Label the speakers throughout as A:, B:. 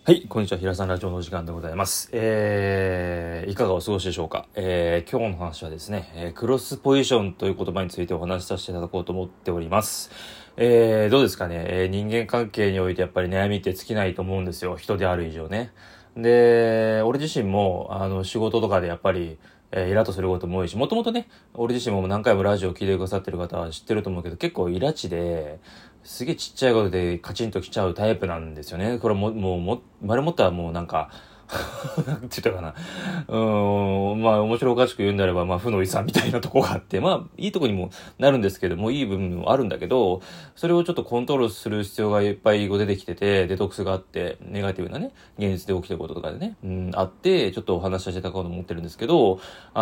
A: はい、こんにちは。平さんラジオのお時間でございます。いかがお過ごしでしょうか。今日の話はですね、クロスポジションという言葉についてお話しさせていただこうと思っております。どうですかね、人間関係においてやっぱり悩みって尽きないと思うんですよ。人である以上ね。で、俺自身も、仕事とかでやっぱり、イラッとすることも多いし、もともとね、俺自身も何回もラジオを聞いてくださってる方は知ってると思うけど、結構イラチで、すげえちっちゃいことでカチンときちゃうタイプなんですよね。これ丸もったらもうなんか、なんて言ったかな。まあ面白おかしく言うんであれば、まあ負の遺産みたいなとこがあって、まあいいとこにもなるんですけども、いい部分もあるんだけど、それをちょっとコントロールする必要がいっぱい出てきてて、デトックスがあって、ネガティブなね、現実で起きてることとかでね、あって、ちょっとお話しさせていただこうと思ってるんですけど、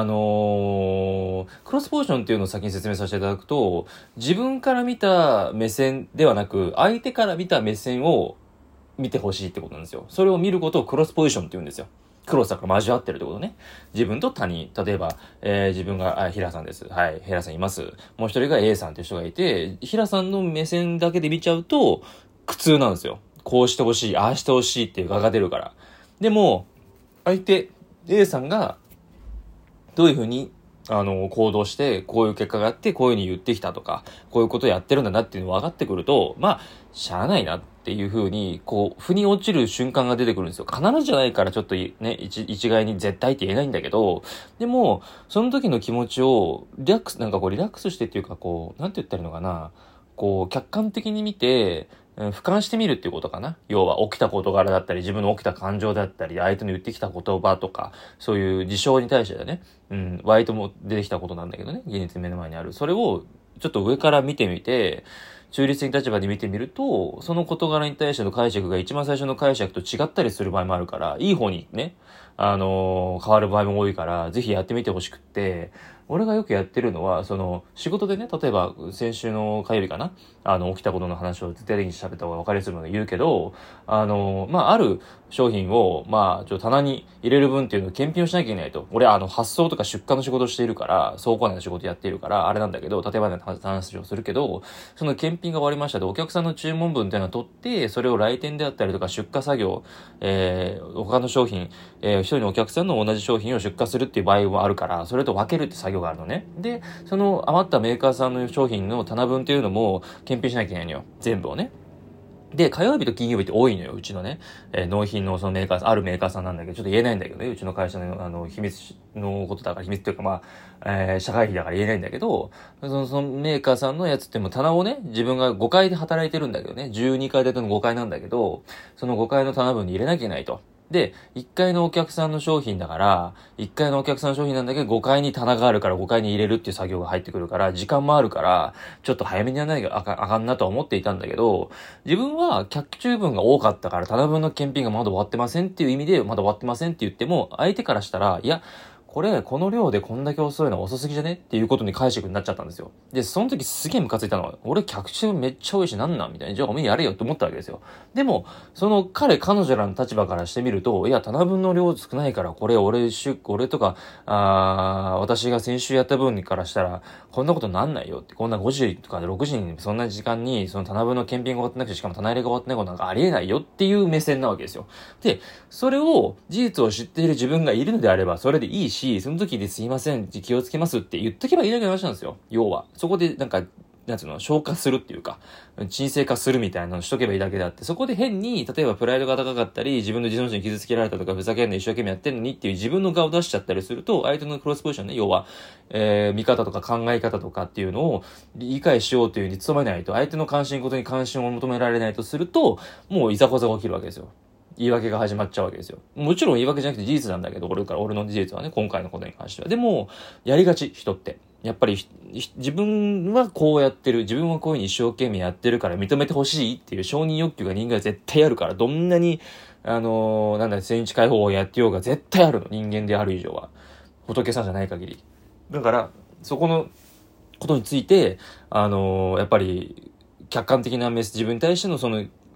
A: クロスポーションっていうのを先に説明させていただくと、自分から見た目線ではなく、相手から見た目線を見てほしいってことなんですよ。それを見ることをクロスポジションって言うんですよ。クロスだから交わってるってことね。自分と他人。例えば、自分が、平さんです。はい、平さんいます。もう一人が A さんっていう人がいて、平さんの目線だけで見ちゃうと、苦痛なんですよ。こうしてほしい、ああしてほしいっていう画が出るから。でも、相手、A さんが、どういうふうに行動して、こういう結果があって、こういうふうに言ってきたとか、こういうことをやってるんだなっていうのが分かってくると、まあ、しゃあないなっていうふうに、こう、腑に落ちる瞬間が出てくるんですよ。必ずじゃないからちょっとね、一概に絶対って言えないんだけど、でも、その時の気持ちを、リラックスしてっていうか、こう、なんて言ったらいいのかな、こう、客観的に見て、俯瞰してみるっていうことかな。要は起きた事柄だったり、自分の起きた感情だったり、相手の言ってきた言葉とか、そういう事象に対してだね、割とも出てきたことなんだけどね、現実目の前にある。それをちょっと上から見てみて、中立的立場で見てみると、その事柄に対しての解釈が一番最初の解釈と違ったりする場合もあるから、いい方にね、変わる場合も多いから、ぜひやってみてほしくって、俺がよくやってるのは、仕事でね、例えば、先週の火曜日かな、起きたことの話を絶対的に喋った方が分かりやすいので言うけど、ある商品を、棚に入れる分っていうのを検品をしなきゃいけないと。俺、発送とか出荷の仕事をしているから、倉庫内の仕事やっているから、あれなんだけど、例えばね、話をするけど、その検品が終わりましたで、お客さんの注文分っていうのを取って、それを来店であったりとか、出荷作業、他の商品、一人のお客さんの同じ商品を出荷するっていう場合もあるから、それと分けるって作業があるのね。で、その余ったメーカーさんの商品の棚分っていうのも検品しなきゃいけないのよ。全部をね。で、火曜日と金曜日って多いのよ、うちのね。納品のそのメーカーさん、あるメーカーさんなんだけど、ちょっと言えないんだけどね、うちの会社の秘密のことだから、秘密っていうか社会費だから言えないんだけど、そのメーカーさんのやつっても棚をね、自分が5階で働いてるんだけどね、12階建ての5階なんだけど、その5階の棚分に入れなきゃいけないと。で、1階のお客さんの商品だから、1階のお客さんの商品なんだけど、5階に棚があるから5階に入れるっていう作業が入ってくるから、時間もあるから、ちょっと早めにやらないとあかんなとは思っていたんだけど、自分は客注文が多かったから、棚分の検品がまだ終わってませんっていう意味で、まだ終わってませんって言っても、相手からしたら、いや、この量でこんだけ遅いのは遅すぎじゃねっていうことに解釈になっちゃったんですよ。で、その時すげえムカついたのは、俺客中めっちゃ多いしなんなんみたいな。じゃあお前やれよって思ったわけですよ。でも、その彼女らの立場からしてみると、いや、棚分の量少ないから、これ俺とか、私が先週やった分からしたら、こんなことなんないよって、こんな5時とか6時にそんな時間に、その棚分の検品が終わってなくて、しかも棚入れが終わってないことなんかありえないよっていう目線なわけですよ。で、それを、事実を知っている自分がいるのであれば、それでいいし、その時ですいません、気をつけますって言っとけばいいだけの話なんですよ。要は。そこでなんつうの、消化するっていうか、沈静化するみたいなのしとけばいいだけであって、そこで変に、例えばプライドが高かったり、自分の自尊心に傷つけられたとか、ふざけんな一生懸命やってんのにっていう自分の顔を出しちゃったりすると、相手のクロスポジションね、要は、見方とか考え方とかっていうのを理解しようというに努めないと、相手の関心事に関心を求められないとすると、もういざこざが起きるわけですよ。言い訳が始まっちゃうわけですよ。もちろん言い訳じゃなくて事実なんだけど、俺の事実はね、今回のことに関しては。でも、やりがち、人って。やっぱり、自分はこうやってる、自分はこういうふうに一生懸命やってるから認めてほしいっていう承認欲求が人間は絶対あるから、どんなに、千日解放をやってようが絶対あるの、人間である以上は。仏さんじゃない限り。だから、そこのことについて、やっぱり、客観的な自分に対してのその、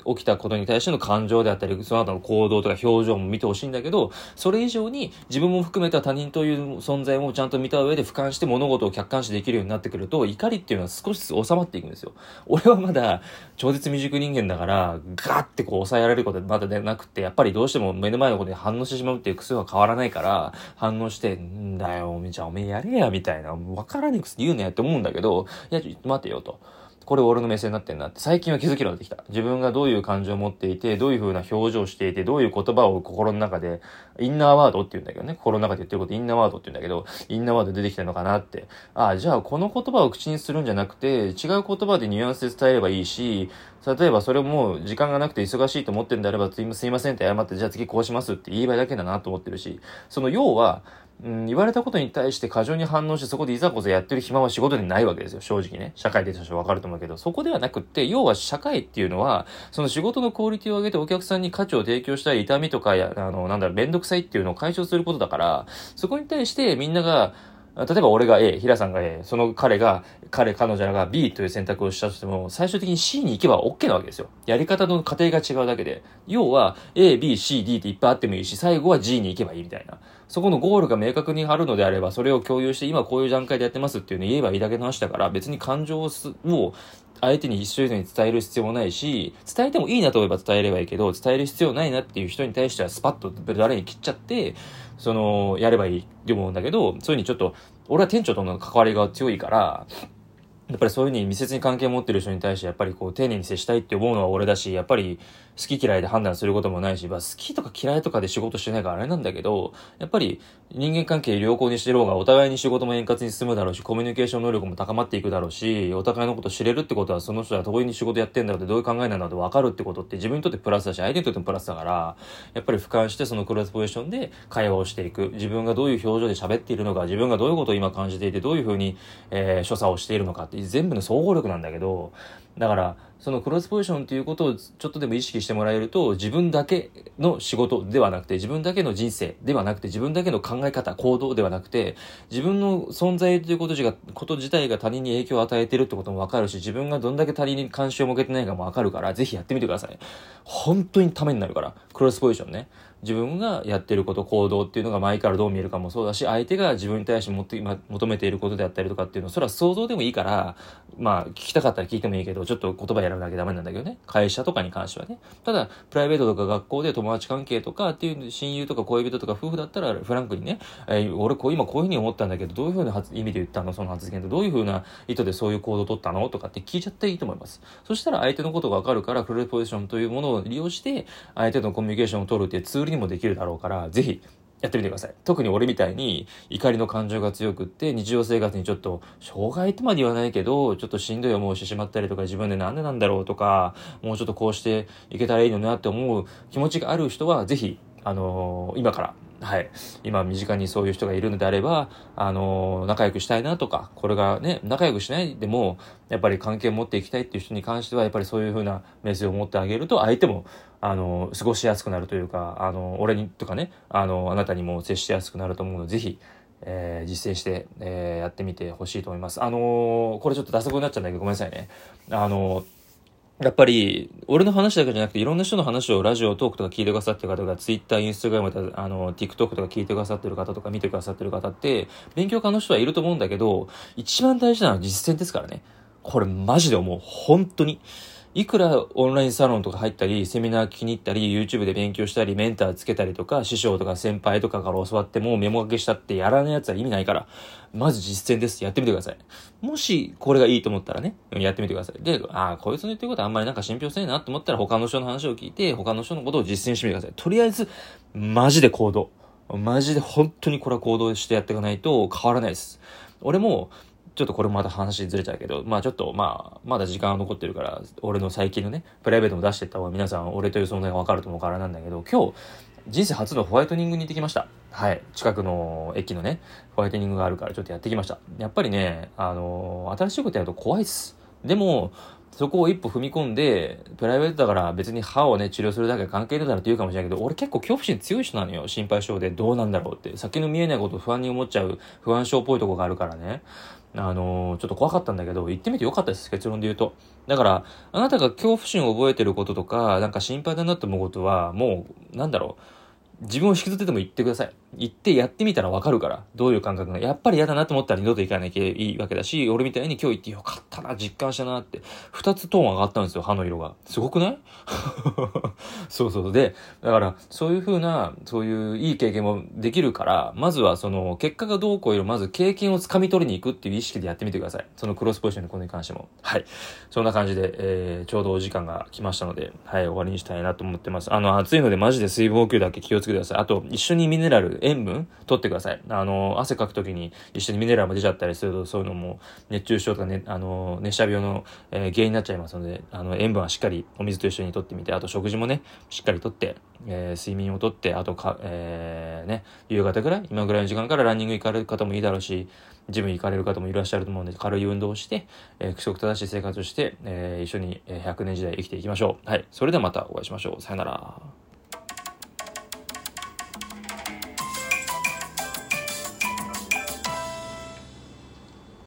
A: 起きたことに対しての感情であったり、その後の行動とか表情も見てほしいんだけど、それ以上に自分も含めた他人という存在もちゃんと見た上で俯瞰して物事を客観視できるようになってくると、怒りっていうのは少しずつ収まっていくんですよ。俺はまだ超絶未熟人間だから、ガーってこう抑えられることまだでなくて、やっぱりどうしても目の前のことに反応してしまうっていう癖は変わらないから、反応して、んだよ、じゃあおめえやれや、みたいな、わからねえくせ言うねやって思うんだけど、いや、ちょっと待てよと。これ俺の目線になってんなって最近は気づきになってきた。自分がどういう感情を持っていて、どういう風な表情をしていて、どういう言葉を心の中で、インナーワードって言うんだけどね、心の中で言ってることインナーワードって言うんだけど、インナーワード出てきてるのかなって。ああ、じゃあこの言葉を口にするんじゃなくて、違う言葉でニュアンスで伝えればいいし、例えばそれも時間がなくて忙しいと思ってるんであれば、すいませんって謝って、じゃあ次こうしますって言えばいいだけだなと思ってるし、その要は、言われたことに対して過剰に反応してそこでいざこざやってる暇は仕事にないわけですよ、正直ね。社会で多少わかると思うけど、そこではなくって、要は社会っていうのは、その仕事のクオリティを上げてお客さんに価値を提供したり、痛みとかめんどくさいっていうのを解消することだから、そこに対してみんなが、例えば俺が A、平さんが A、その彼女らが B という選択をしたとしても、最終的に C に行けば OK なわけですよ。やり方の過程が違うだけで。要は A、B、C、D っていっぱいあってもいいし、最後は G に行けばいいみたいな。そこのゴールが明確にあるのであれば、それを共有して今こういう段階でやってますっていうのを言えばいいだけの話だから、別に感情を相手に一緒に伝える必要もないし、伝えてもいいなと思えば伝えればいいけど、伝える必要ないなっていう人に対してはスパッと誰に切っちゃって、やればいいって思うんだけど、そういうふうにちょっと、俺は店長との関わりが強いから、やっぱりそういうふうに密接に関係を持ってる人に対してやっぱりこう丁寧に接したいって思うのは俺だし、やっぱり好き嫌いで判断することもないし、好きとか嫌いとかで仕事してないからあれなんだけど、やっぱり人間関係良好にしてる方がお互いに仕事も円滑に進むだろうし、コミュニケーション能力も高まっていくだろうし、お互いのことを知れるってことはその人はどういうに仕事やってんだろうってどういう考えなんだろうって分かるってことって自分にとってプラスだし、相手にとってもプラスだから、やっぱり俯瞰してそのクロスポジションで会話をしていく。自分がどういう表情で喋っているのか、自分がどういうことを今感じていて、どういうふうに、所作をしているのかって全部の総合力なんだけど、だからそのクロスポジションっていうことをちょっとでも意識してもらえると、自分だけの仕事ではなくて、自分だけの人生ではなくて、自分だけの考え方行動ではなくて、自分の存在ということ自体が他人に影響を与えているってことも分かるし、自分がどんだけ他人に関心を向けてないかも分かるから、ぜひやってみてください。本当にためになるから。クロスポジションね、自分がやってること行動っていうのが前からどう見えるかもそうだし、相手が自分に対して求めていることであったりとかっていうのは、それは想像でもいいから、聞きたかったら聞いてもいいけど、ちょっと言葉選ぶだけダメなんだけどね。会社とかに関してはね。ただプライベートとか学校で友達関係とかっていう親友とか恋人とか夫婦だったらフランクにね、俺今こういうふうに思ったんだけど、どういうふうな意味で言ったのその発言って、どういうふうな意図でそういう行動を取ったのとかって聞いちゃっていいと思います。そしたら相手のことが分かるから、クロスポジションというものを利用して相手とのコミュニケーションを取るっていうツールにもできるだろうから、ぜひやってみてください。特に俺みたいに怒りの感情が強くって、日常生活にちょっと障害とまで言わないけど、ちょっとしんどい思いをしてしまったりとか、自分でなんでなんだろうとか、もうちょっとこうしていけたらいいのになって思う気持ちがある人は、ぜひ今から今身近にそういう人がいるのであれば、仲良くしたいなとか、これがね、仲良くしないでもやっぱり関係を持っていきたいっていう人に関しては、やっぱりそういう風な目線を持ってあげると、相手も過ごしやすくなるというか、俺にとかね、あなたにも接しやすくなると思うので、ぜひ実践して、やってみてほしいと思います。これちょっと脱足になっちゃうんだけどごめんなさいね。やっぱり、俺の話だけじゃなくて、いろんな人の話をラジオトークとか聞いてくださってる方とか、ツイッター、インスタグラムとか、TikTok とか聞いてくださってる方とか、見てくださってる方って、勉強家の人はいると思うんだけど、一番大事なのは実践ですからね。これマジで思う。本当に。いくらオンラインサロンとか入ったり、セミナー聞きに行ったり、YouTube で勉強したり、メンターつけたりとか、師匠とか先輩とかから教わってもメモ書きしたってやらないやつは意味ないから、まず実践です。やってみてください。もしこれがいいと思ったらね、やってみてください。で、こいつの言ってることあんまりなんか信憑性ないなと思ったら、他の人の話を聞いて、他の人のことを実践してみてください。とりあえず、マジで行動。マジで本当にこれは行動してやっていかないと変わらないです。俺も、ちょっとこれまた話ずれちゃうけど、まだ時間は残ってるから、俺の最近のね、プライベートも出していった方が皆さん、俺という存在が分かると思うからなんだけど、今日、人生初のホワイトニングに行ってきました。はい。近くの駅のね、ホワイトニングがあるからちょっとやってきました。やっぱりね、新しいことやると怖いっす。でも、 そこを一歩踏み込んで、プライベートだから別に歯をね、治療するだけは関係ないだろって言うかもしれないけど、俺結構恐怖心強い人なのよ。心配性でどうなんだろうって。先の見えないことを不安に思っちゃう不安症っぽいとこがあるからね。ちょっと怖かったんだけど、行ってみてよかったです。結論で言うと。だから、あなたが恐怖心を覚えてることとか、なんか心配だなって思うことは、もう、なんだろう。自分を引きずってでも言ってください。言ってやってみたらわかるから。どういう感覚が。やっぱり嫌だなと思ったら二度と行かなきゃいいわけだし、俺みたいに今日行ってよかったな、実感したなって。二つトーン上がったんですよ、歯の色が。すごくないそうそう。で、だから、そういう風な、そういういい経験もできるから、まずはその、結果がどうこうよりまず経験をつかみ取りに行くっていう意識でやってみてください。そのクロスポジションのことに関しても。はい。そんな感じで、ちょうどお時間が来ましたので、はい、終わりにしたいなと思ってます。暑いのでマジで水分補給だけ気をつけてください。あと、一緒にミネラル、塩分取ってください。汗かくときに一緒にミネラルも出ちゃったりすると、そういうのも熱中症とかね、熱射病の、原因になっちゃいますので、塩分はしっかりお水と一緒に取ってみて、あと食事もね、しっかり取って、睡眠をとって、あと夕方ぐらい、今ぐらいの時間からランニング行かれる方もいいだろうし、ジム行かれる方もいらっしゃると思うので、軽い運動をして、規則正しい生活をして、一緒に100年時代生きていきましょう。はい。それではまたお会いしましょう。さよなら。